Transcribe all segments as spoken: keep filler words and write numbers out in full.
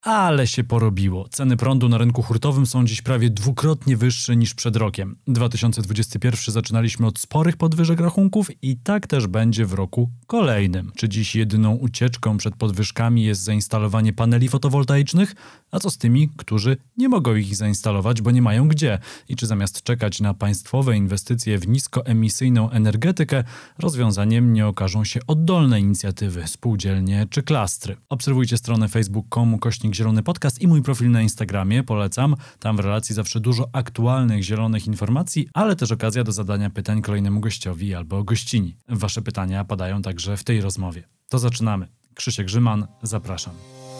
Ale się porobiło. Ceny prądu na rynku hurtowym są dziś prawie dwukrotnie wyższe niż przed rokiem. dwa tysiące dwudziesty pierwszy zaczynaliśmy od sporych podwyżek rachunków i tak też będzie w roku kolejnym. Czy dziś jedyną ucieczką przed podwyżkami jest zainstalowanie paneli fotowoltaicznych? A co z tymi, którzy nie mogą ich zainstalować, bo nie mają gdzie? I czy zamiast czekać na państwowe inwestycje w niskoemisyjną energetykę, rozwiązaniem nie okażą się oddolne inicjatywy, spółdzielnie czy klastry? Obserwujcie stronę facebook kropka com kośnik Zielony Podcast i mój profil na Instagramie, polecam. Tam w relacji zawsze dużo aktualnych zielonych informacji, ale też okazja do zadania pytań kolejnemu gościowi albo gościni. Wasze pytania padają także w tej rozmowie. To zaczynamy. Krzysiek Grzyman, zapraszam.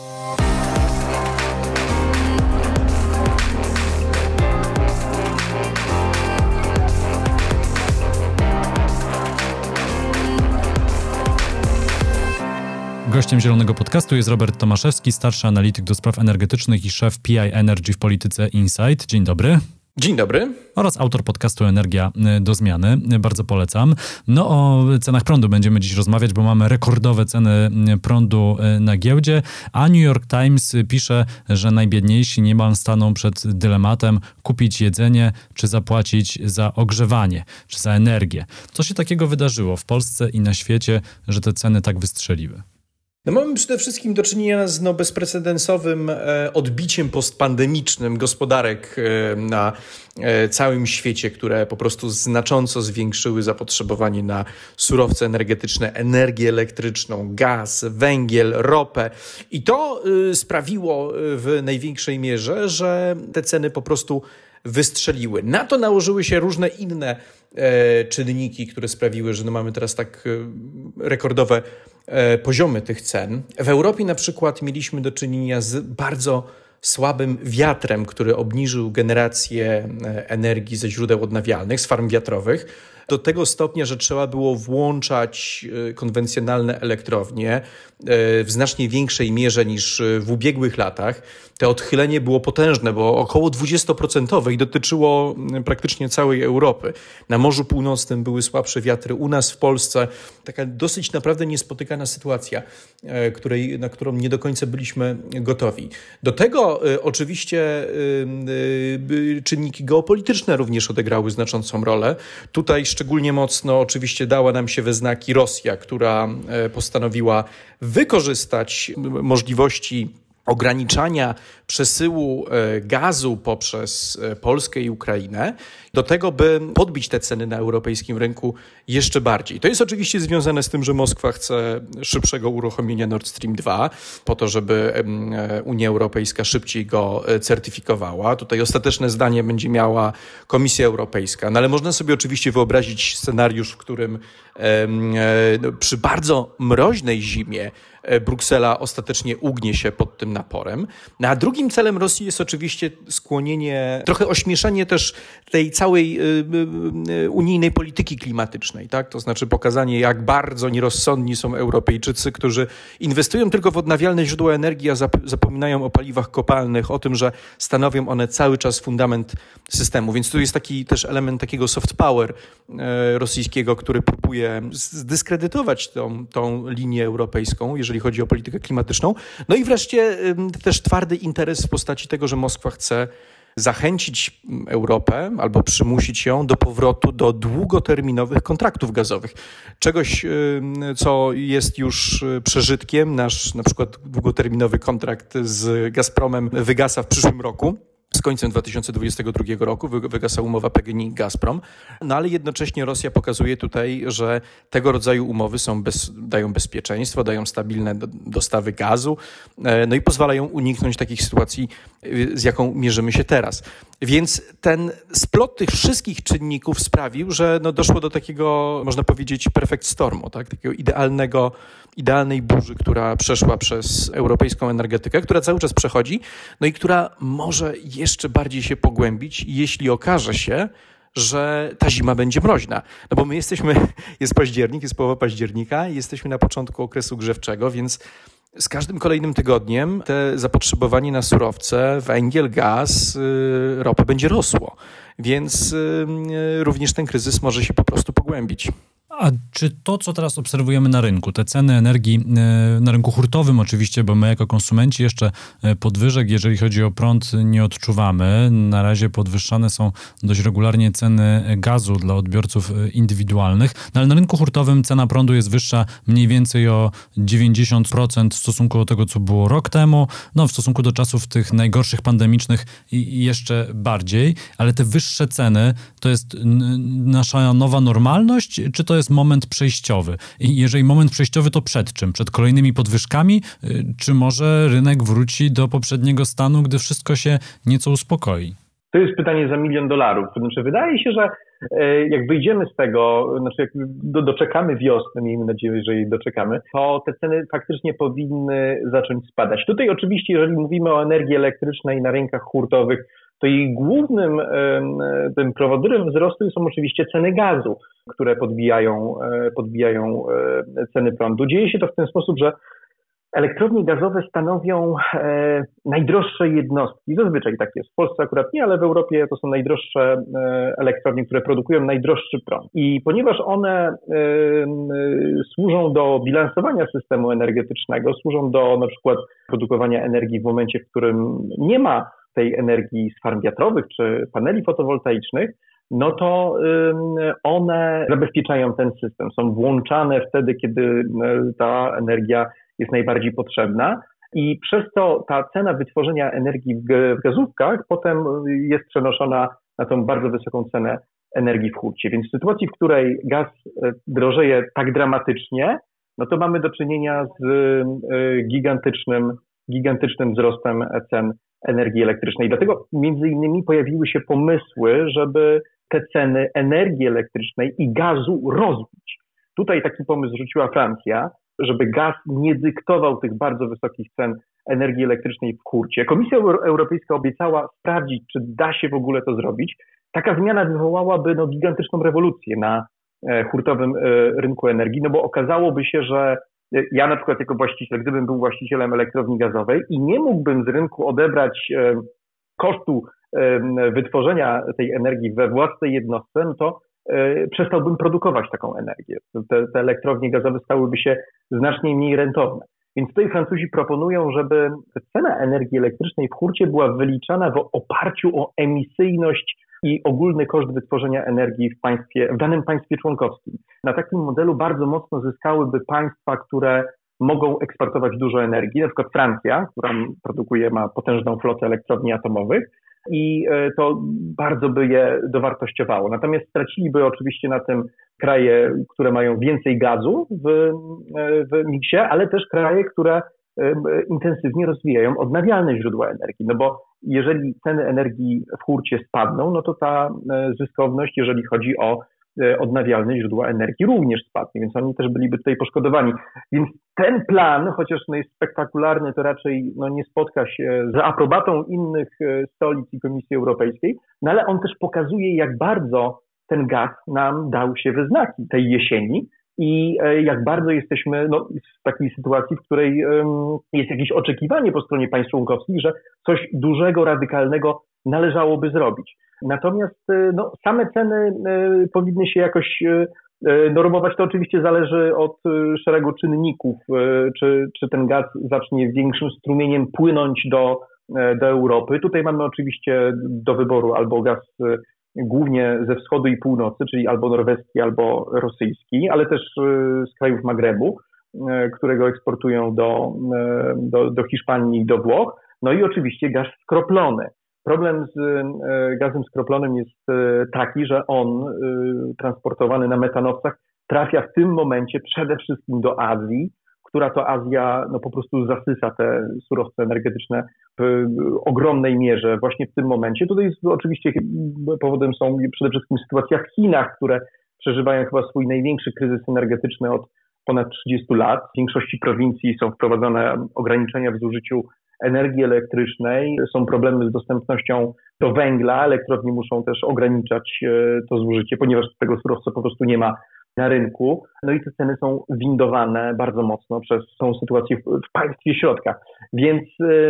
Gościem Zielonego Podcastu jest Robert Tomaszewski, starszy analityk do spraw energetycznych i szef P I Energy w Polityce Insight. Dzień dobry. Dzień dobry. Oraz autor podcastu Energia do zmiany. Bardzo polecam. No o cenach prądu będziemy dziś rozmawiać, bo mamy rekordowe ceny prądu na giełdzie, a New York Times pisze, że najbiedniejsi niemal staną przed dylematem kupić jedzenie, czy zapłacić za ogrzewanie, czy za energię. Co się takiego wydarzyło w Polsce i na świecie, że te ceny tak wystrzeliły? No mamy przede wszystkim do czynienia z no, bezprecedensowym e, odbiciem postpandemicznym gospodarek e, na e, całym świecie, które po prostu znacząco zwiększyły zapotrzebowanie na surowce energetyczne, energię elektryczną, gaz, węgiel, ropę. I to e, sprawiło w największej mierze, że te ceny po prostu wystrzeliły. Na to nałożyły się różne inne e, czynniki, które sprawiły, że no mamy teraz tak e, rekordowe e, poziomy tych cen. W Europie na przykład mieliśmy do czynienia z bardzo słabym wiatrem, który obniżył generację energii ze źródeł odnawialnych, z farm wiatrowych, do tego stopnia, że trzeba było włączać konwencjonalne elektrownie w znacznie większej mierze niż w ubiegłych latach. To odchylenie było potężne, bo około dwadzieścia procent i dotyczyło praktycznie całej Europy. Na Morzu Północnym były słabsze wiatry, u nas w Polsce taka dosyć naprawdę niespotykana sytuacja, której, na którą nie do końca byliśmy gotowi. Do tego oczywiście czynniki geopolityczne również odegrały znaczącą rolę. Tutaj szczególnie mocno oczywiście dała nam się we znaki Rosja, która postanowiła wykorzystać możliwości ograniczania przesyłu gazu poprzez Polskę i Ukrainę do tego, by podbić te ceny na europejskim rynku jeszcze bardziej. To jest oczywiście związane z tym, że Moskwa chce szybszego uruchomienia Nord Stream dwa po to, żeby Unia Europejska szybciej go certyfikowała. Tutaj ostateczne zdanie będzie miała Komisja Europejska. No ale można sobie oczywiście wyobrazić scenariusz, w którym przy bardzo mroźnej zimie Bruksela ostatecznie ugnie się pod tym naporem. No a drugim celem Rosji jest oczywiście skłonienie, trochę ośmieszanie też tej całej unijnej polityki klimatycznej, tak? To znaczy pokazanie, jak bardzo nierozsądni są Europejczycy, którzy inwestują tylko w odnawialne źródła energii, a zapominają o paliwach kopalnych, o tym, że stanowią one cały czas fundament systemu. Więc tu jest taki też element takiego soft power rosyjskiego, który próbuje zdyskredytować tą, tą linię europejską, jeżeli chodzi o politykę klimatyczną. No i wreszcie też twardy interes w postaci tego, że Moskwa chce zachęcić Europę albo przymusić ją do powrotu do długoterminowych kontraktów gazowych. Czegoś, co jest już przeżytkiem. Nasz na przykład długoterminowy kontrakt z Gazpromem wygasa w przyszłym roku. Z końcem dwa tysiące dwudziestego drugiego roku wygasa umowa P G N I Gazprom, no ale jednocześnie Rosja pokazuje tutaj, że tego rodzaju umowy są bez, dają bezpieczeństwo, dają stabilne dostawy gazu, no i pozwalają uniknąć takich sytuacji, z jaką mierzymy się teraz. Więc ten splot tych wszystkich czynników sprawił, że no doszło do takiego, można powiedzieć, perfect stormu, tak? Takiego idealnego, idealnej burzy, która przeszła przez europejską energetykę, która cały czas przechodzi, no i która może jeszcze bardziej się pogłębić, jeśli okaże się, że ta zima będzie mroźna. No bo my jesteśmy, jest październik, jest połowa października i jesteśmy na początku okresu grzewczego, więc z każdym kolejnym tygodniem te zapotrzebowanie na surowce, węgiel, gaz, ropę będzie rosło. Więc również ten kryzys może się po prostu pogłębić. A czy to, co teraz obserwujemy na rynku, te ceny energii na rynku hurtowym oczywiście, bo my jako konsumenci jeszcze podwyżek, jeżeli chodzi o prąd, nie odczuwamy. Na razie podwyższane są dość regularnie ceny gazu dla odbiorców indywidualnych, no ale na rynku hurtowym cena prądu jest wyższa mniej więcej o dziewięćdziesiąt procent w stosunku do tego, co było rok temu, no w stosunku do czasów tych najgorszych pandemicznych i jeszcze bardziej, ale te wyższe ceny to jest nasza nowa normalność, czy to jest moment przejściowy? I jeżeli moment przejściowy, to przed czym? Przed kolejnymi podwyżkami? Czy może rynek wróci do poprzedniego stanu, gdy wszystko się nieco uspokoi? To jest pytanie za milion dolarów. Znaczy, wydaje się, że jak wyjdziemy z tego, znaczy jak do, doczekamy wiosny, miejmy nadzieję, że jej doczekamy, to te ceny faktycznie powinny zacząć spadać. Tutaj oczywiście, jeżeli mówimy o energii elektrycznej na rynkach hurtowych, to jej głównym tym prowodyrem wzrostu są oczywiście ceny gazu, które podbijają, podbijają ceny prądu. Dzieje się to w ten sposób, że elektrownie gazowe stanowią e, najdroższe jednostki. Zazwyczaj tak jest. W Polsce akurat nie, ale w Europie to są najdroższe e, elektrownie, które produkują najdroższy prąd. I ponieważ one e, e, służą do bilansowania systemu energetycznego, służą do na przykład produkowania energii w momencie, w którym nie ma tej energii z farm wiatrowych czy paneli fotowoltaicznych, no to y, one zabezpieczają ten system. Są włączane wtedy, kiedy y, ta energia jest najbardziej potrzebna i przez to ta cena wytworzenia energii w gazówkach potem jest przenoszona na tą bardzo wysoką cenę energii w hurcie. Więc w sytuacji, w której gaz drożeje tak dramatycznie, no to mamy do czynienia z gigantycznym, gigantycznym wzrostem cen energii elektrycznej. Dlatego między innymi pojawiły się pomysły, żeby te ceny energii elektrycznej i gazu rozbić. Tutaj taki pomysł rzuciła Francja, żeby gaz nie dyktował tych bardzo wysokich cen energii elektrycznej w hurcie. Komisja Europejska obiecała sprawdzić, czy da się w ogóle to zrobić. Taka zmiana wywołałaby no, gigantyczną rewolucję na e, hurtowym e, rynku energii, no bo okazałoby się, że ja na przykład jako właściciel, gdybym był właścicielem elektrowni gazowej i nie mógłbym z rynku odebrać e, kosztu e, wytworzenia tej energii we własnej jednostce, no to e, przestałbym produkować taką energię. Te, te elektrownie gazowe stałyby się znacznie mniej rentowne. Więc tutaj Francuzi proponują, żeby cena energii elektrycznej w hurcie była wyliczana w oparciu o emisyjność i ogólny koszt wytworzenia energii w państwie, w danym państwie członkowskim. Na takim modelu bardzo mocno zyskałyby państwa, które mogą eksportować dużo energii, na przykład Francja, która produkuje, ma potężną flotę elektrowni atomowych i to bardzo by je dowartościowało. Natomiast straciliby oczywiście na tym kraje, które mają więcej gazu w, w miksie, ale też kraje, które intensywnie rozwijają odnawialne źródła energii. No bo jeżeli ceny energii w hurcie spadną, no to ta zyskowność, jeżeli chodzi o odnawialne źródła energii, również spadnie, więc oni też byliby tutaj poszkodowani. Więc ten plan, chociaż no jest spektakularny, to raczej no nie spotka się z aprobatą innych stolic i Komisji Europejskiej, no ale on też pokazuje, jak bardzo ten gaz nam dał się we znaki tej jesieni i jak bardzo jesteśmy no, w takiej sytuacji, w której um, jest jakieś oczekiwanie po stronie państw członkowskich, że coś dużego, radykalnego należałoby zrobić. Natomiast no, same ceny y, powinny się jakoś y, normować. To oczywiście zależy od y, szeregu czynników, y, czy, czy ten gaz zacznie większym strumieniem płynąć do, y, do Europy. Tutaj mamy oczywiście do wyboru albo gaz y, głównie ze wschodu i północy, czyli albo norweski, albo rosyjski, ale też y, z krajów Magrebu, y, którego eksportują do, y, do, do Hiszpanii i do Włoch. No i oczywiście gaz skroplony. Problem z gazem skroplonym jest taki, że on transportowany na metanowcach trafia w tym momencie przede wszystkim do Azji, która to Azja no, po prostu zasysa te surowce energetyczne w ogromnej mierze właśnie w tym momencie. Tutaj jest, oczywiście powodem są przede wszystkim sytuacja w Chinach, które przeżywają chyba swój największy kryzys energetyczny od ponad trzydziestu lat. W większości prowincji są wprowadzone ograniczenia w zużyciu energii elektrycznej, są problemy z dostępnością do węgla, elektrownie muszą też ograniczać to zużycie, ponieważ tego surowca po prostu nie ma na rynku. No i te ceny są windowane bardzo mocno przez tą sytuację w, w państwie środka. Więc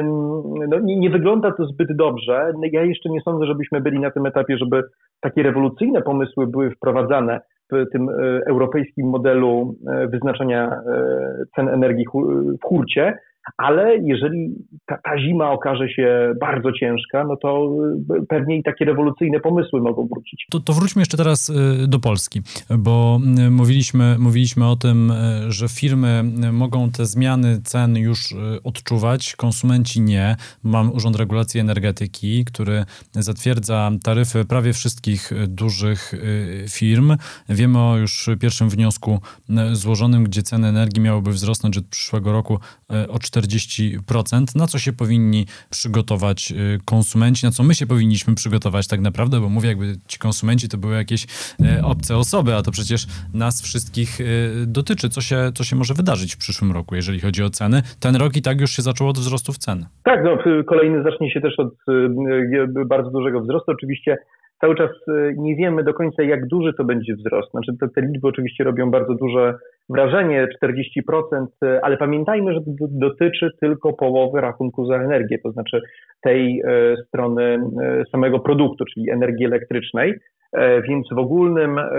no, nie, nie wygląda to zbyt dobrze. Ja jeszcze nie sądzę, żebyśmy byli na tym etapie, żeby takie rewolucyjne pomysły były wprowadzane w tym europejskim modelu wyznaczania cen energii w hurcie, ale jeżeli ta, ta zima okaże się bardzo ciężka, no to pewnie i takie rewolucyjne pomysły mogą wrócić. To, to wróćmy jeszcze teraz do Polski, bo mówiliśmy, mówiliśmy o tym, że firmy mogą te zmiany cen już odczuwać, konsumenci nie. Mam Urząd Regulacji Energetyki, który zatwierdza taryfy prawie wszystkich dużych firm. Wiemy o już pierwszym wniosku złożonym, gdzie ceny energii miałyby wzrosnąć od przyszłego roku o czterdzieści procent. Na co się powinni przygotować konsumenci, na co my się powinniśmy przygotować tak naprawdę, bo mówię, jakby ci konsumenci to były jakieś obce osoby, a to przecież nas wszystkich dotyczy. Co się, co się może wydarzyć w przyszłym roku, jeżeli chodzi o ceny? Ten rok i tak już się zaczęło od wzrostów cen. Tak, no kolejny zacznie się też od bardzo dużego wzrostu. Oczywiście cały czas nie wiemy do końca, jak duży to będzie wzrost. Znaczy te, te liczby oczywiście robią bardzo duże wrażenie, czterdzieści procent, ale pamiętajmy, że to dotyczy tylko połowy rachunku za energię, to znaczy tej e, strony e, samego produktu, czyli energii elektrycznej, e, więc w ogólnym, e,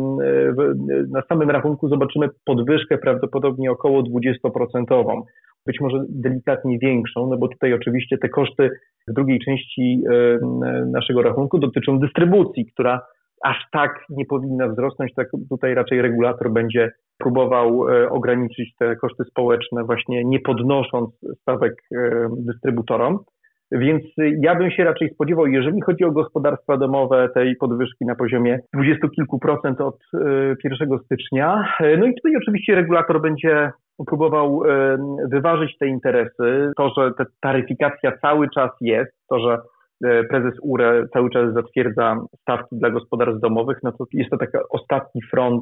w, na samym rachunku zobaczymy podwyżkę prawdopodobnie około dwudziestoprocentową. Być może delikatnie większą, no bo tutaj oczywiście te koszty w drugiej części naszego rachunku dotyczą dystrybucji, która aż tak nie powinna wzrosnąć. Tak tutaj raczej regulator będzie próbował ograniczyć te koszty społeczne, właśnie nie podnosząc stawek dystrybutorom. Więc ja bym się raczej spodziewał, jeżeli chodzi o gospodarstwa domowe, tej podwyżki na poziomie dwudziestu kilku procent od pierwszego stycznia. No i tutaj oczywiście regulator będzie próbował wyważyć te interesy. To, że ta taryfikacja cały czas jest, to, że prezes U R E cały czas zatwierdza stawki dla gospodarstw domowych, no to jest to taki ostatni front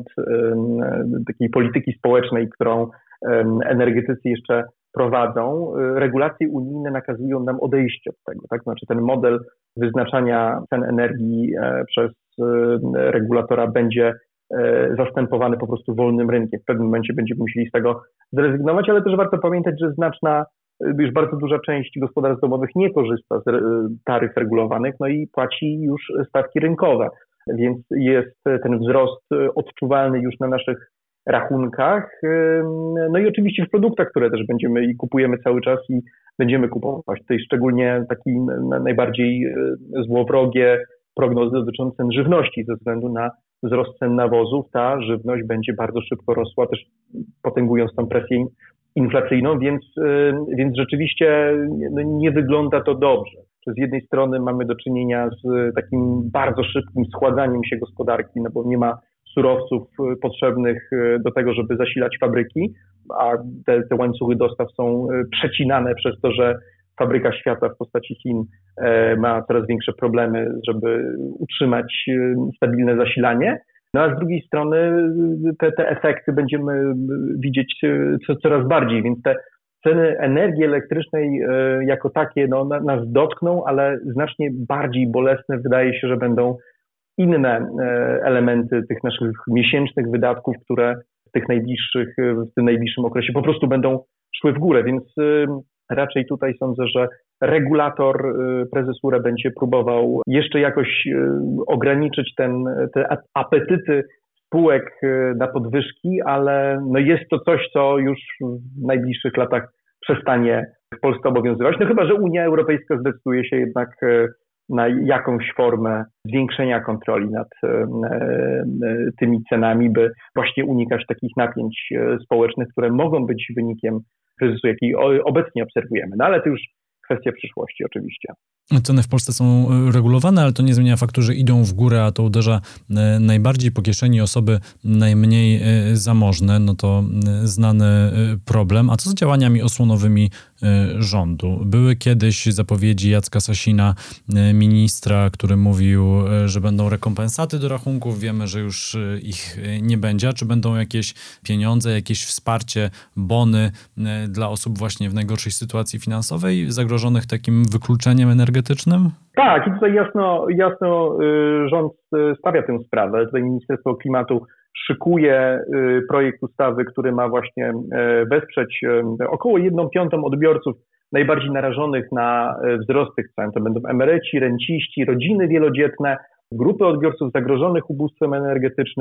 takiej polityki społecznej, którą energetycy jeszcze prowadzą. Regulacje unijne nakazują nam odejście od tego, tak? Znaczy ten model wyznaczania cen energii przez regulatora będzie zastępowany po prostu wolnym rynkiem. W pewnym momencie będziemy musieli z tego zrezygnować, ale też warto pamiętać, że znaczna, już bardzo duża część gospodarstw domowych nie korzysta z taryf regulowanych, no i płaci już stawki rynkowe, więc jest ten wzrost odczuwalny już na naszych rachunkach, no i oczywiście w produktach, które też będziemy i kupujemy cały czas i będziemy kupować. Tutaj szczególnie taki najbardziej złowrogie prognozy dotyczące cen żywności ze względu na wzrost cen nawozów. Ta żywność będzie bardzo szybko rosła, też potęgując tą presję inflacyjną, więc, więc rzeczywiście nie wygląda to dobrze. Z jednej strony mamy do czynienia z takim bardzo szybkim schładzaniem się gospodarki, no bo nie ma surowców potrzebnych do tego, żeby zasilać fabryki, a te, te łańcuchy dostaw są przecinane przez to, że fabryka świata w postaci Chin ma coraz większe problemy, żeby utrzymać stabilne zasilanie. No a z drugiej strony te, te efekty będziemy widzieć co, coraz bardziej, więc te ceny energii elektrycznej jako takie no, nas dotkną, ale znacznie bardziej bolesne wydaje się, że będą inne elementy tych naszych miesięcznych wydatków, które w tych najbliższych, w tym najbliższym okresie po prostu będą szły w górę, więc raczej tutaj sądzę, że regulator, prezes U R E będzie próbował jeszcze jakoś ograniczyć ten, te apetyty spółek na podwyżki, ale no jest to coś, co już w najbliższych latach przestanie w Polsce obowiązywać. No chyba że Unia Europejska zdecyduje się jednak na jakąś formę zwiększenia kontroli nad tymi cenami, by właśnie unikać takich napięć społecznych, które mogą być wynikiem kryzysu, jaki obecnie obserwujemy. No ale to już kwestia przyszłości oczywiście. Ceny w Polsce są regulowane, ale to nie zmienia faktu, że idą w górę, a to uderza najbardziej po kieszeni osoby najmniej zamożne. No to znany problem. A co z działaniami osłonowymi rządu? Były kiedyś zapowiedzi Jacka Sasina, ministra, który mówił, że będą rekompensaty do rachunków. Wiemy, że już ich nie będzie. A czy będą jakieś pieniądze, jakieś wsparcie, bony dla osób właśnie w najgorszej sytuacji finansowej, zagrożonych takim wykluczeniem energetycznym? Tak, i tutaj jasno, jasno rząd stawia tę sprawę. Tutaj Ministerstwo Klimatu szykuje projekt ustawy, który ma właśnie wesprzeć około jedną piątą odbiorców najbardziej narażonych na wzrost tych cen. To będą emeryci, renciści, rodziny wielodzietne, grupy odbiorców zagrożonych ubóstwem energetycznym.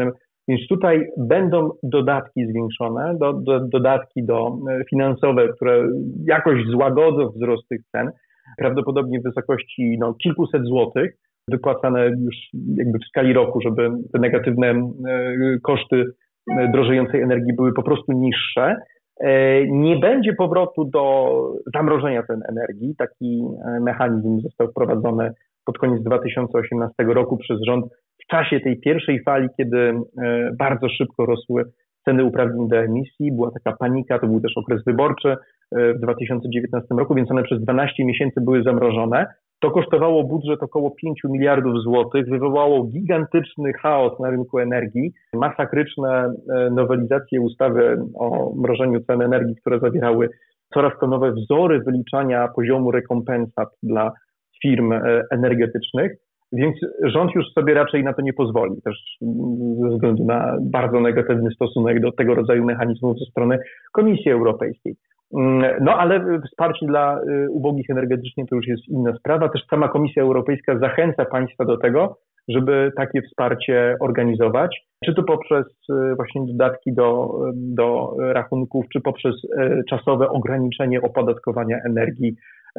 Więc tutaj będą dodatki zwiększone, do, do, dodatki do finansowe, które jakoś złagodzą wzrost tych cen, prawdopodobnie w wysokości no, kilkuset złotych, wypłacane już jakby w skali roku, żeby te negatywne koszty drożejącej energii były po prostu niższe. Nie będzie powrotu do zamrożenia cen energii. Taki mechanizm został wprowadzony pod koniec dwa tysiące osiemnastego roku przez rząd w czasie tej pierwszej fali, kiedy bardzo szybko rosły ceny uprawnień do emisji. Była taka panika, to był też okres wyborczy w dwa tysiące dziewiętnastym roku, więc one przez dwanaście miesięcy były zamrożone. To kosztowało budżet około pięć miliardów złotych, wywołało gigantyczny chaos na rynku energii, masakryczne nowelizacje ustawy o mrożeniu cen energii, które zawierały coraz to nowe wzory wyliczania poziomu rekompensat dla firm energetycznych, więc rząd już sobie raczej na to nie pozwoli, też ze względu na bardzo negatywny stosunek do tego rodzaju mechanizmów ze strony Komisji Europejskiej. No ale wsparcie dla ubogich energetycznie to już jest inna sprawa. Też sama Komisja Europejska zachęca państwa do tego, żeby takie wsparcie organizować, czy to poprzez właśnie dodatki do, do rachunków, czy poprzez czasowe ograniczenie opodatkowania energii,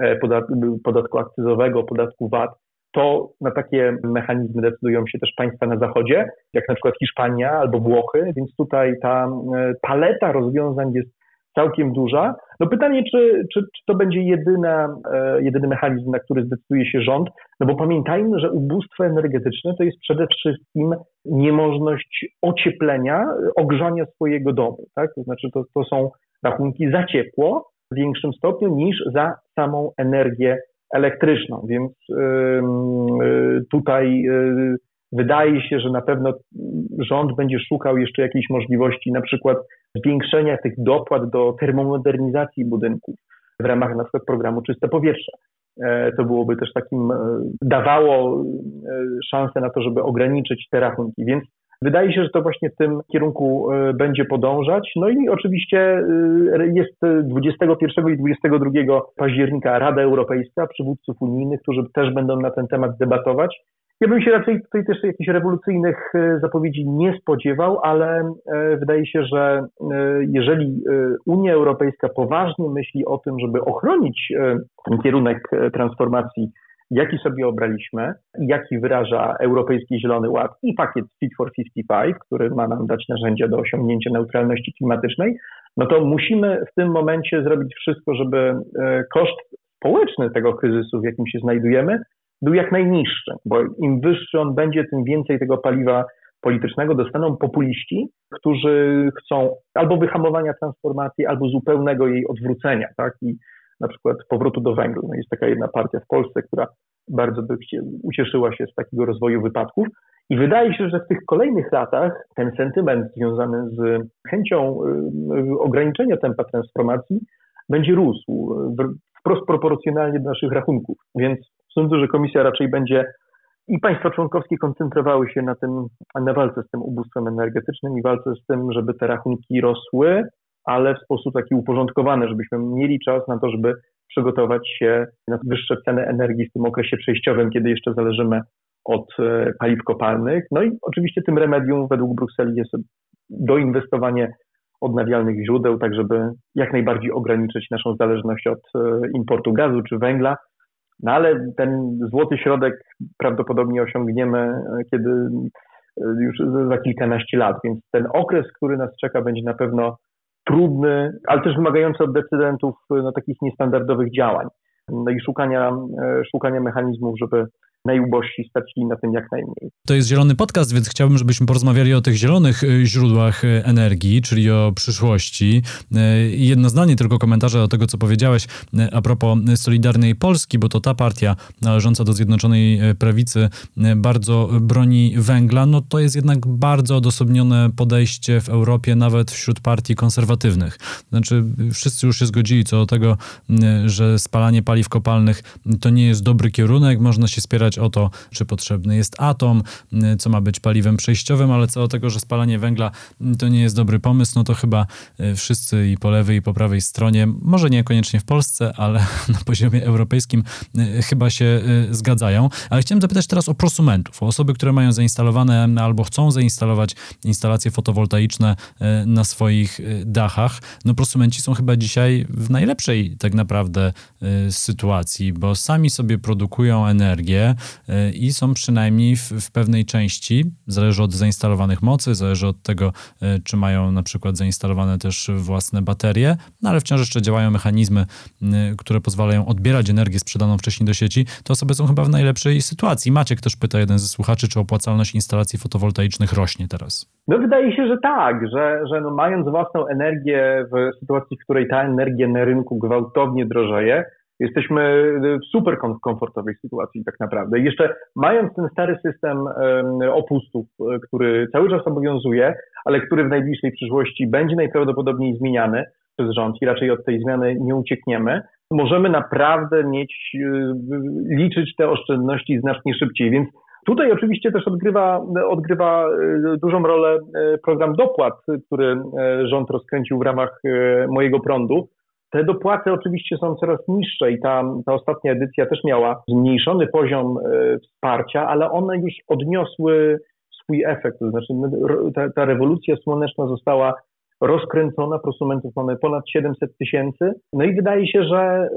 podatku akcyzowego, podatku V A T. To na takie mechanizmy decydują się też państwa na zachodzie, jak na przykład Hiszpania albo Włochy, więc tutaj ta paleta rozwiązań jest całkiem duża. No pytanie, czy, czy, czy to będzie jedyna, e, jedyny mechanizm, na który zdecyduje się rząd, no bo pamiętajmy, że ubóstwo energetyczne to jest przede wszystkim niemożność ocieplenia, ogrzania swojego domu, tak? To znaczy to, to są rachunki za ciepło w większym stopniu niż za samą energię elektryczną, więc y, y, tutaj y, wydaje się, że na pewno rząd będzie szukał jeszcze jakiejś możliwości, na przykład zwiększenia tych dopłat do termomodernizacji budynków w ramach na przykład programu Czyste Powietrze. To byłoby też takim, dawało szansę na to, żeby ograniczyć te rachunki, więc wydaje się, że to właśnie w tym kierunku będzie podążać. No i oczywiście jest dwudziestego pierwszego i dwudziestego drugiego października Rada Europejska, przywódców unijnych, którzy też będą na ten temat debatować. Ja bym się raczej tutaj też jakichś rewolucyjnych zapowiedzi nie spodziewał, ale wydaje się, że jeżeli Unia Europejska poważnie myśli o tym, żeby ochronić ten kierunek transformacji, jaki sobie obraliśmy, jaki wyraża Europejski Zielony Ład i pakiet Fit for pięćdziesiąt pięć, który ma nam dać narzędzia do osiągnięcia neutralności klimatycznej, no to musimy w tym momencie zrobić wszystko, żeby koszt społeczny tego kryzysu, w jakim się znajdujemy, był jak najniższy, bo im wyższy on będzie, tym więcej tego paliwa politycznego dostaną populiści, którzy chcą albo wyhamowania transformacji, albo zupełnego jej odwrócenia, tak? I na przykład powrotu do węgla. No jest taka jedna partia w Polsce, która bardzo by ucieszyła się z takiego rozwoju wypadków i wydaje się, że w tych kolejnych latach ten sentyment związany z chęcią ograniczenia tempa transformacji będzie rósł wprost proporcjonalnie do naszych rachunków, więc sądzę, że Komisja raczej będzie i państwa członkowskie koncentrowały się na tym, na walce z tym ubóstwem energetycznym i walce z tym, żeby te rachunki rosły, ale w sposób taki uporządkowany, żebyśmy mieli czas na to, żeby przygotować się na wyższe ceny energii w tym okresie przejściowym, kiedy jeszcze zależymy od paliw kopalnych. No i oczywiście tym remedium według Brukseli jest doinwestowanie odnawialnych źródeł, tak żeby jak najbardziej ograniczyć naszą zależność od importu gazu czy węgla. No ale ten złoty środek prawdopodobnie osiągniemy, kiedy już za kilkanaście lat, więc ten okres, który nas czeka, będzie na pewno trudny, ale też wymagający od decydentów no, takich niestandardowych działań. No i szukania, szukania mechanizmów, żeby najubożsi stracili na tym jak najmniej. To jest Zielony Podcast, więc chciałbym, żebyśmy porozmawiali o tych zielonych źródłach energii, czyli o przyszłości. Jedno zdanie tylko komentarza do tego, co powiedziałeś a propos Solidarnej Polski, bo to ta partia należąca do Zjednoczonej Prawicy bardzo broni węgla. No to jest jednak bardzo odosobnione podejście w Europie, nawet wśród partii konserwatywnych. Znaczy wszyscy już się zgodzili co do tego, że spalanie paliw kopalnych to nie jest dobry kierunek, można się spierać dyskutować o to, czy potrzebny jest atom, co ma być paliwem przejściowym, ale co do tego, że spalanie węgla to nie jest dobry pomysł, no to chyba wszyscy i po lewej, i po prawej stronie, może niekoniecznie w Polsce, ale na poziomie europejskim chyba się zgadzają. Ale chciałem zapytać teraz o prosumentów, o osoby, które mają zainstalowane albo chcą zainstalować instalacje fotowoltaiczne na swoich dachach. No prosumenci są chyba dzisiaj w najlepszej tak naprawdę sytuacji, bo sami sobie produkują energię i są przynajmniej w, w pewnej części, zależy od zainstalowanych mocy, zależy od tego, czy mają na przykład zainstalowane też własne baterie, no ale wciąż jeszcze działają mechanizmy, które pozwalają odbierać energię sprzedaną wcześniej do sieci, to osoby są chyba w najlepszej sytuacji. Maciek też pyta, jeden ze słuchaczy, czy opłacalność instalacji fotowoltaicznych rośnie teraz? No wydaje się, że tak, że, że no mając własną energię w sytuacji, w której ta energia na rynku gwałtownie drożeje, jesteśmy w super komfortowej sytuacji tak naprawdę. I jeszcze mając ten stary system opustów, który cały czas obowiązuje, ale który w najbliższej przyszłości będzie najprawdopodobniej zmieniany przez rząd i raczej od tej zmiany nie uciekniemy, możemy naprawdę mieć, liczyć te oszczędności znacznie szybciej. Więc tutaj oczywiście też odgrywa, odgrywa dużą rolę program dopłat, który rząd rozkręcił w ramach Mojego Prądu. Te dopłaty oczywiście są coraz niższe i ta, ta ostatnia edycja też miała zmniejszony poziom wsparcia, ale one już odniosły swój efekt. To znaczy ta, ta rewolucja słoneczna została rozkręcona, prosumentów mamy ponad siedemset tysięcy. No i wydaje się, że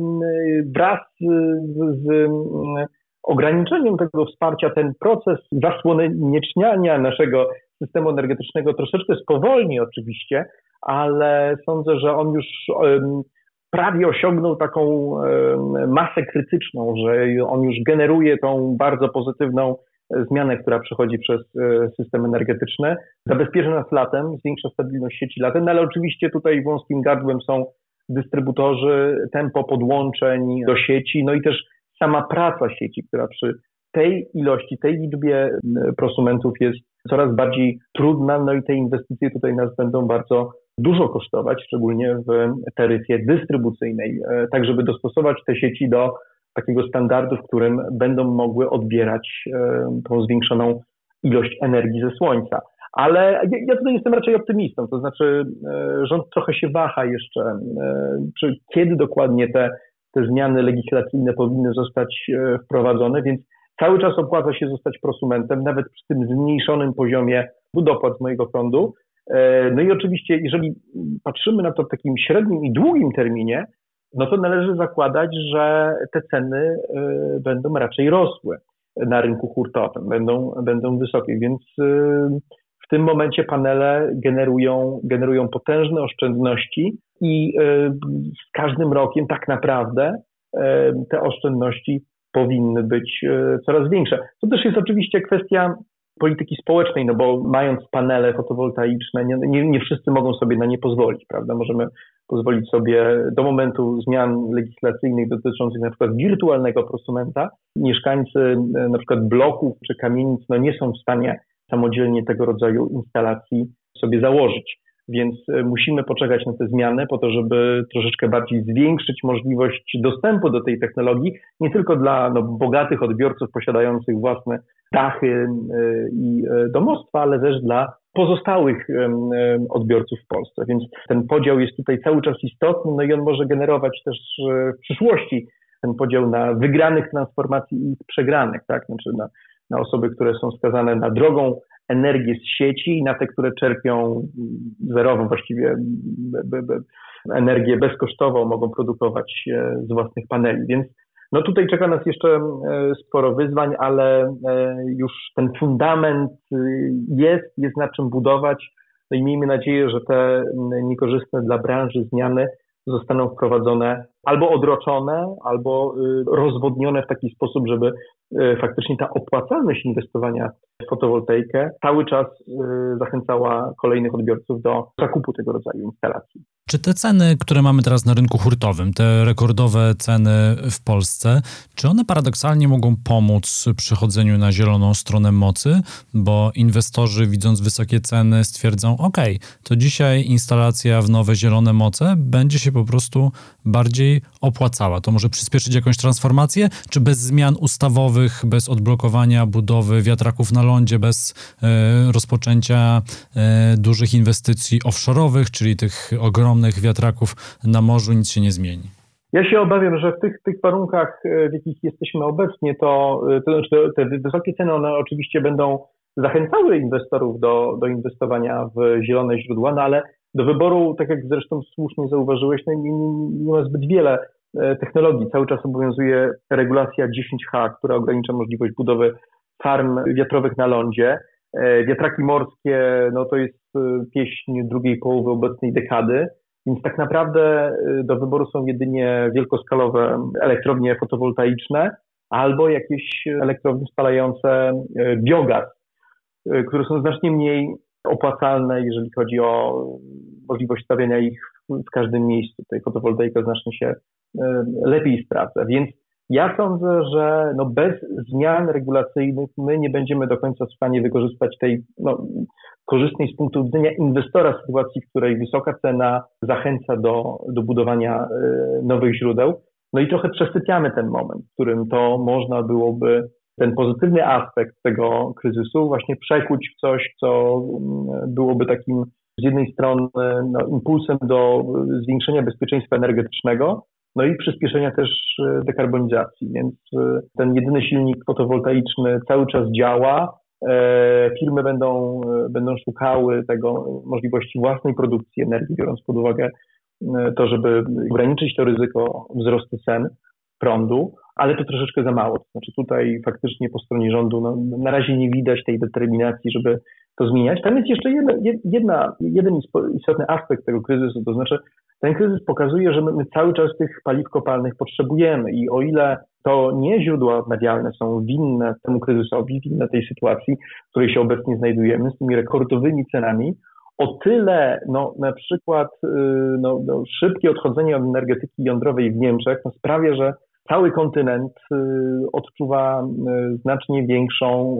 wraz z, z ograniczeniem tego wsparcia ten proces zasłoneczniania naszego systemu energetycznego troszeczkę spowolni oczywiście, ale sądzę, że on już prawie osiągnął taką masę krytyczną, że on już generuje tą bardzo pozytywną zmianę, która przechodzi przez system energetyczny. Zabezpiecza nas latem, zwiększa stabilność sieci latem, no ale oczywiście tutaj wąskim gardłem są dystrybutorzy, tempo podłączeń do sieci, no i też sama praca sieci, która przy tej ilości, tej liczbie prosumentów jest coraz bardziej trudna, no i te inwestycje tutaj nas będą bardzo dużo kosztować, szczególnie w taryfie dystrybucyjnej, tak żeby dostosować te sieci do takiego standardu, w którym będą mogły odbierać tą zwiększoną ilość energii ze słońca. Ale ja tutaj jestem raczej optymistą, to znaczy rząd trochę się waha jeszcze, czy kiedy dokładnie te, te zmiany legislacyjne powinny zostać wprowadzone, więc cały czas opłaca się zostać prosumentem, nawet przy tym zmniejszonym poziomie dopłat z Mojego Prądu. No i oczywiście, jeżeli patrzymy na to w takim średnim i długim terminie, no to należy zakładać, że te ceny będą raczej rosły na rynku hurtowym, będą, będą wysokie, więc w tym momencie panele generują, generują potężne oszczędności i z każdym rokiem tak naprawdę te oszczędności powinny być coraz większe. To też jest oczywiście kwestia polityki społecznej, no bo mając panele fotowoltaiczne, nie, nie, nie wszyscy mogą sobie na nie pozwolić, prawda? Możemy pozwolić sobie do momentu zmian legislacyjnych dotyczących na przykład wirtualnego prosumenta. Mieszkańcy na przykład bloków czy kamienic no nie są w stanie samodzielnie tego rodzaju instalacji sobie założyć. Więc musimy poczekać na te zmiany po to, żeby troszeczkę bardziej zwiększyć możliwość dostępu do tej technologii, nie tylko dla no, bogatych odbiorców posiadających własne dachy i domostwa, ale też dla pozostałych odbiorców w Polsce. Więc ten podział jest tutaj cały czas istotny, no i on może generować też w przyszłości ten podział na wygranych transformacji i przegranych, tak? Znaczy na, na osoby, które są skazane na drogą energię z sieci i na te, które czerpią zerową właściwie be, be, energię bezkosztową, mogą produkować z własnych paneli. Więc no tutaj czeka nas jeszcze sporo wyzwań, ale już ten fundament jest, jest na czym budować. No i miejmy nadzieję, że te niekorzystne dla branży zmiany zostaną wprowadzone albo odroczone, albo rozwodnione w taki sposób, żeby faktycznie ta opłacalność inwestowania w fotowoltaikę cały czas zachęcała kolejnych odbiorców do zakupu tego rodzaju instalacji. Czy te ceny, które mamy teraz na rynku hurtowym, te rekordowe ceny w Polsce, czy one paradoksalnie mogą pomóc przy chodzeniu na zieloną stronę mocy? Bo inwestorzy, widząc wysokie ceny, stwierdzą, ok, to dzisiaj instalacja w nowe zielone moce będzie się po prostu bardziej opłacała. To może przyspieszyć jakąś transformację? Czy bez zmian ustawowych, bez odblokowania budowy wiatraków na lądzie, bez e, rozpoczęcia e, dużych inwestycji offshore'owych, czyli tych ogromnych wiatraków na morzu, nic się nie zmieni? Ja się obawiam, że w tych, tych warunkach, w jakich jesteśmy obecnie, to, to znaczy te wysokie ceny, one oczywiście będą zachęcały inwestorów do, do inwestowania w zielone źródła, no ale do wyboru, tak jak zresztą słusznie zauważyłeś, no nie, nie, nie ma zbyt wiele technologii. Cały czas obowiązuje regulacja dziesięć H, która ogranicza możliwość budowy farm wiatrowych na lądzie. Wiatraki morskie, no to jest pieśń drugiej połowy obecnej dekady. Więc tak naprawdę do wyboru są jedynie wielkoskalowe elektrownie fotowoltaiczne albo jakieś elektrownie spalające biogaz, które są znacznie mniej opłacalne, jeżeli chodzi o możliwość stawiania ich w każdym miejscu. Tutaj fotowoltaika znacznie się lepiej sprawdza. Więc ja sądzę, że no bez zmian regulacyjnych my nie będziemy do końca w stanie wykorzystać tej no, korzystnej z punktu widzenia inwestora sytuacji, w której wysoka cena zachęca do, do budowania y, nowych źródeł. No i trochę przesypiamy ten moment, w którym to można byłoby ten pozytywny aspekt tego kryzysu właśnie przekuć w coś, co byłoby takim z jednej strony no, impulsem do zwiększenia bezpieczeństwa energetycznego, no i przyspieszenia też dekarbonizacji. Więc ten jedyny silnik fotowoltaiczny cały czas działa. Firmy będą, będą szukały tego możliwości własnej produkcji energii, biorąc pod uwagę to, żeby ograniczyć to ryzyko wzrostu cen prądu, ale to troszeczkę za mało. To znaczy tutaj faktycznie po stronie rządu no, na razie nie widać tej determinacji, żeby to zmieniać. Tam jest jeszcze jedna, jedna, jeden istotny aspekt tego kryzysu, to znaczy ten kryzys pokazuje, że my, my cały czas tych paliw kopalnych potrzebujemy i o ile to nie źródła odnawialne są winne temu kryzysowi, winne tej sytuacji, w której się obecnie znajdujemy, z tymi rekordowymi cenami, o tyle no, na przykład no, no, szybkie odchodzenie od energetyki jądrowej w Niemczech no, sprawia, że cały kontynent y, odczuwa y, znacznie większą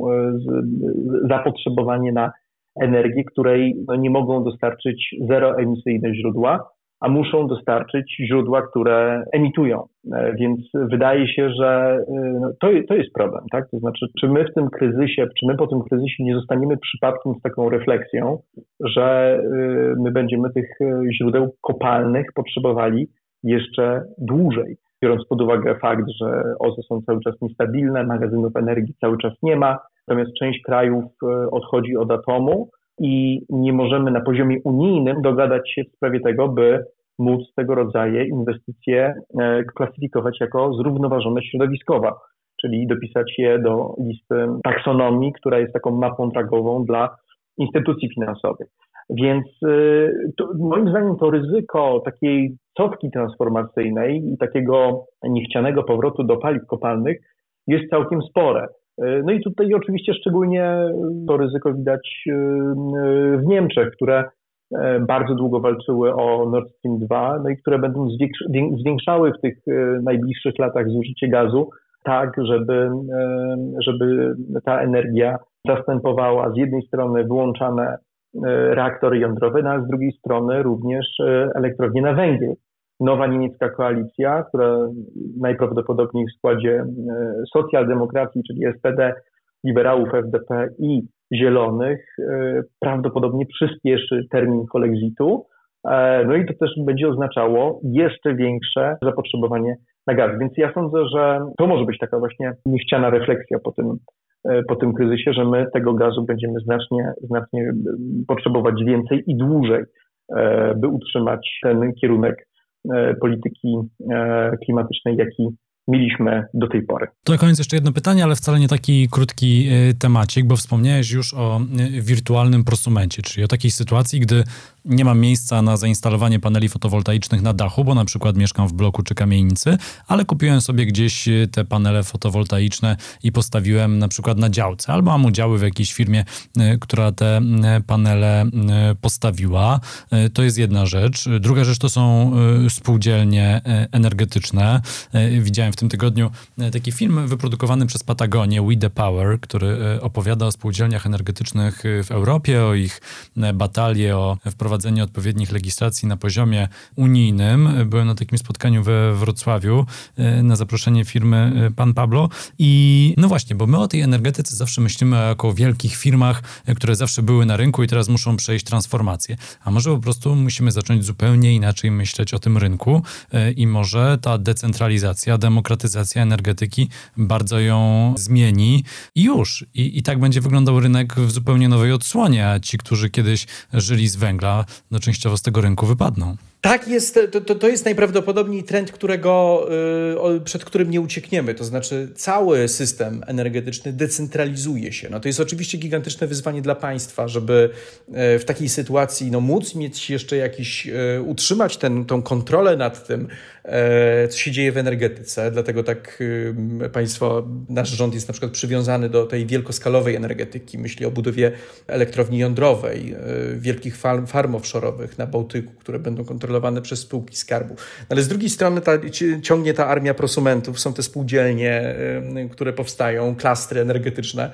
y, zapotrzebowanie na energię, której no, nie mogą dostarczyć zeroemisyjne źródła, a muszą dostarczyć źródła, które emitują. E, więc wydaje się, że y, no, to, to jest problem, tak? To znaczy, czy my w tym kryzysie, czy my po tym kryzysie nie zostaniemy przypadkiem z taką refleksją, że y, my będziemy tych źródeł kopalnych potrzebowali jeszcze dłużej. Biorąc pod uwagę fakt, że O Z E są cały czas niestabilne, magazynów energii cały czas nie ma, natomiast część krajów odchodzi od atomu i nie możemy na poziomie unijnym dogadać się w sprawie tego, by móc tego rodzaju inwestycje klasyfikować jako zrównoważone środowiskowo, czyli dopisać je do listy taksonomii, która jest taką mapą drogową dla instytucji finansowych. Więc to, moim zdaniem to ryzyko takiej cofki transformacyjnej i takiego niechcianego powrotu do paliw kopalnych jest całkiem spore. No i tutaj oczywiście szczególnie to ryzyko widać w Niemczech, które bardzo długo walczyły o Nord Stream dwa, no i które będą zwiększały w tych najbliższych latach zużycie gazu, tak żeby, żeby ta energia zastępowała z jednej strony wyłączane reaktory jądrowe, no a z drugiej strony również elektrownie na węgiel. Nowa niemiecka koalicja, która najprawdopodobniej w składzie socjaldemokracji, czyli S P D, liberałów, F D P i zielonych, prawdopodobnie przyspieszy termin polexitu. No i to też będzie oznaczało jeszcze większe zapotrzebowanie na gaz. Więc ja sądzę, że to może być taka właśnie niechciana refleksja po tym, po tym kryzysie, że my tego gazu będziemy znacznie, znacznie potrzebować więcej i dłużej, by utrzymać ten kierunek polityki klimatycznej, jaki mieliśmy do tej pory. To na koniec jeszcze jedno pytanie, ale wcale nie taki krótki temacik, bo wspomniałeś już o wirtualnym prosumencie, czyli o takiej sytuacji, gdy nie mam miejsca na zainstalowanie paneli fotowoltaicznych na dachu, bo na przykład mieszkam w bloku czy kamienicy, ale kupiłem sobie gdzieś te panele fotowoltaiczne i postawiłem na przykład na działce, albo mam udziały w jakiejś firmie, która te panele postawiła. To jest jedna rzecz. Druga rzecz to są spółdzielnie energetyczne. Widziałem w tym tygodniu taki film wyprodukowany przez Patagonię, We the Power, który opowiada o spółdzielniach energetycznych w Europie, o ich batalie, o wprowadzenie odpowiednich legislacji na poziomie unijnym. Byłem na takim spotkaniu we Wrocławiu na zaproszenie firmy Pan Pablo i no właśnie, bo my o tej energetyce zawsze myślimy jako o wielkich firmach, które zawsze były na rynku i teraz muszą przejść transformację. A może po prostu musimy zacząć zupełnie inaczej myśleć o tym rynku i może ta decentralizacja, demokratyzacja energetyki bardzo ją zmieni i już. I, i tak będzie wyglądał rynek w zupełnie nowej odsłonie, a ci, którzy kiedyś żyli z węgla, no częściowo z tego rynku wypadną. Tak jest, to, to, to jest najprawdopodobniej trend, którego, przed którym nie uciekniemy. To znaczy cały system energetyczny decentralizuje się. No to jest oczywiście gigantyczne wyzwanie dla państwa, żeby w takiej sytuacji no, móc mieć jeszcze jakiś, utrzymać ten, tą kontrolę nad tym, co się dzieje w energetyce. Dlatego tak państwo, nasz rząd jest na przykład przywiązany do tej wielkoskalowej energetyki. Myśli o budowie elektrowni jądrowej, wielkich farm, farm offshore'owych na Bałtyku, które będą kontrolowane przez spółki skarbu. Ale z drugiej strony ta, ciągnie ta armia prosumentów, są te spółdzielnie, które powstają, klastry energetyczne,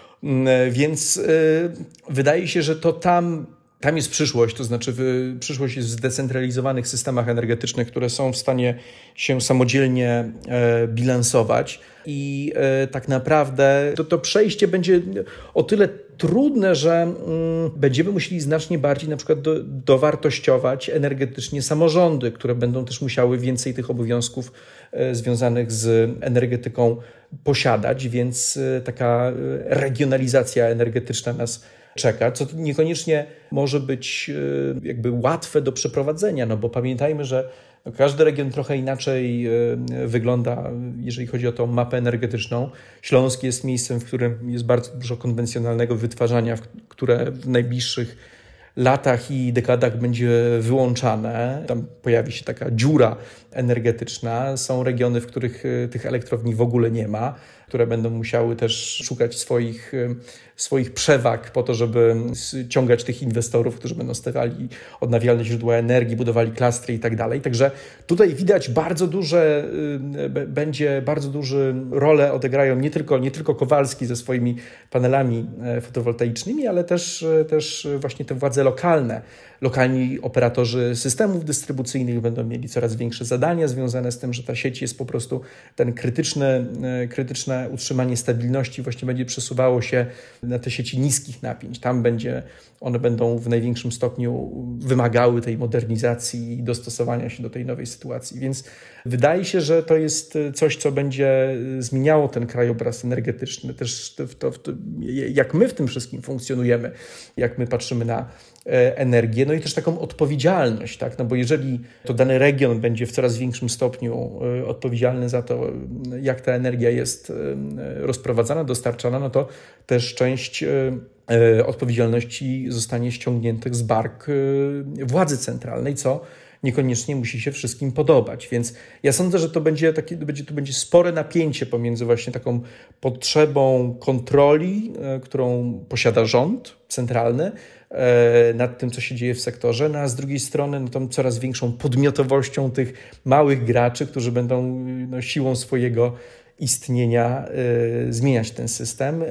więc wydaje się, że to tam, tam jest przyszłość, to znaczy przyszłość jest w zdecentralizowanych systemach energetycznych, które są w stanie się samodzielnie bilansować i tak naprawdę to, to przejście będzie o tyle trudne, że mm, będziemy musieli znacznie bardziej na przykład do, dowartościować energetycznie samorządy, które będą też musiały więcej tych obowiązków e, związanych z energetyką posiadać, więc e, taka regionalizacja energetyczna nas czeka, co niekoniecznie może być e, jakby łatwe do przeprowadzenia, no bo pamiętajmy, że każdy region trochę inaczej wygląda, jeżeli chodzi o tą mapę energetyczną. Śląsk jest miejscem, w którym jest bardzo dużo konwencjonalnego wytwarzania, które w najbliższych latach i dekadach będzie wyłączane. Tam pojawi się taka dziura energetyczna. Są regiony, w których tych elektrowni w ogóle nie ma, które będą musiały też szukać swoich, swoich przewag po to, żeby ściągać tych inwestorów, którzy będą stawiali odnawialne źródła energii, budowali klastry i tak dalej. Także tutaj widać bardzo duże, będzie bardzo duży rolę odegrają nie tylko, nie tylko Kowalski ze swoimi panelami fotowoltaicznymi, ale też, też właśnie te władze lokalne. Lokalni operatorzy systemów dystrybucyjnych będą mieli coraz większe zadania związane z tym, że ta sieć jest po prostu ten krytyczny, krytyczne utrzymanie stabilności właśnie będzie przesuwało się na te sieci niskich napięć. Tam będzie, one będą w największym stopniu wymagały tej modernizacji i dostosowania się do tej nowej sytuacji. Więc wydaje się, że to jest coś, co będzie zmieniało ten krajobraz energetyczny. Też to, to, to, jak my w tym wszystkim funkcjonujemy, jak my patrzymy na energię, no i też taką odpowiedzialność, tak? No bo jeżeli to dany region będzie w coraz większym stopniu odpowiedzialny za to, jak ta energia jest rozprowadzana, dostarczana, no to też część odpowiedzialności zostanie ściągniętych z bark władzy centralnej, co niekoniecznie musi się wszystkim podobać. Więc ja sądzę, że to będzie takie, będzie, to będzie spore napięcie pomiędzy właśnie taką potrzebą kontroli, którą posiada rząd centralny nad tym, co się dzieje w sektorze, no a z drugiej strony no, tą coraz większą podmiotowością tych małych graczy, którzy będą no, siłą swojego istnienia y, zmieniać ten system y,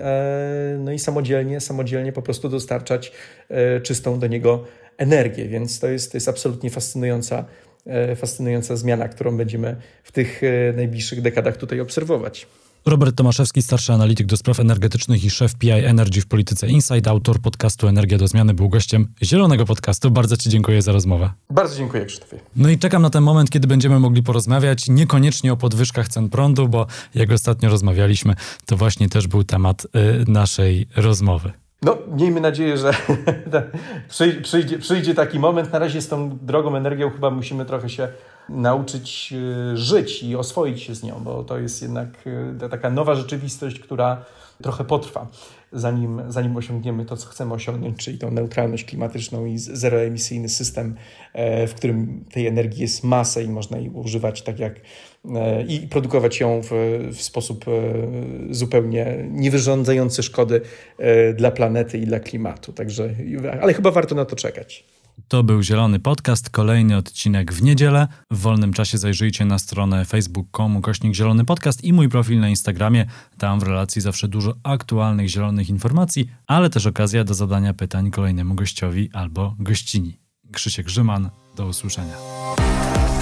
no i samodzielnie, samodzielnie po prostu dostarczać y, czystą do niego energię, więc to jest, to jest absolutnie fascynująca, y, fascynująca zmiana, którą będziemy w tych y, najbliższych dekadach tutaj obserwować. Robert Tomaszewski, starszy analityk do spraw energetycznych i szef P I Energy w Polityce Insight, autor podcastu Energia do Zmiany, był gościem Zielonego Podcastu. Bardzo Ci dziękuję za rozmowę. Bardzo dziękuję, Krzysztofie. No i czekam na ten moment, kiedy będziemy mogli porozmawiać niekoniecznie o podwyżkach cen prądu, bo jak ostatnio rozmawialiśmy, to właśnie też był temat y, naszej rozmowy. No, miejmy nadzieję, że przyjdzie, przyjdzie taki moment. Na razie z tą drogą energią chyba musimy trochę się nauczyć żyć i oswoić się z nią, bo to jest jednak taka nowa rzeczywistość, która trochę potrwa, zanim, zanim osiągniemy to, co chcemy osiągnąć, czyli tą neutralność klimatyczną i zeroemisyjny system, w którym tej energii jest masa i można jej używać tak jak i produkować ją w, w sposób zupełnie nie wyrządzający szkody dla planety i dla klimatu. Także, ale chyba warto na to czekać. To był Zielony Podcast, kolejny odcinek w niedzielę. W wolnym czasie zajrzyjcie na stronę facebook kropka com ukośnik Zielony Podcast i mój profil na Instagramie. Tam w relacji zawsze dużo aktualnych zielonych informacji, ale też okazja do zadania pytań kolejnemu gościowi albo gościni. Krzysiek Grzyman, do usłyszenia.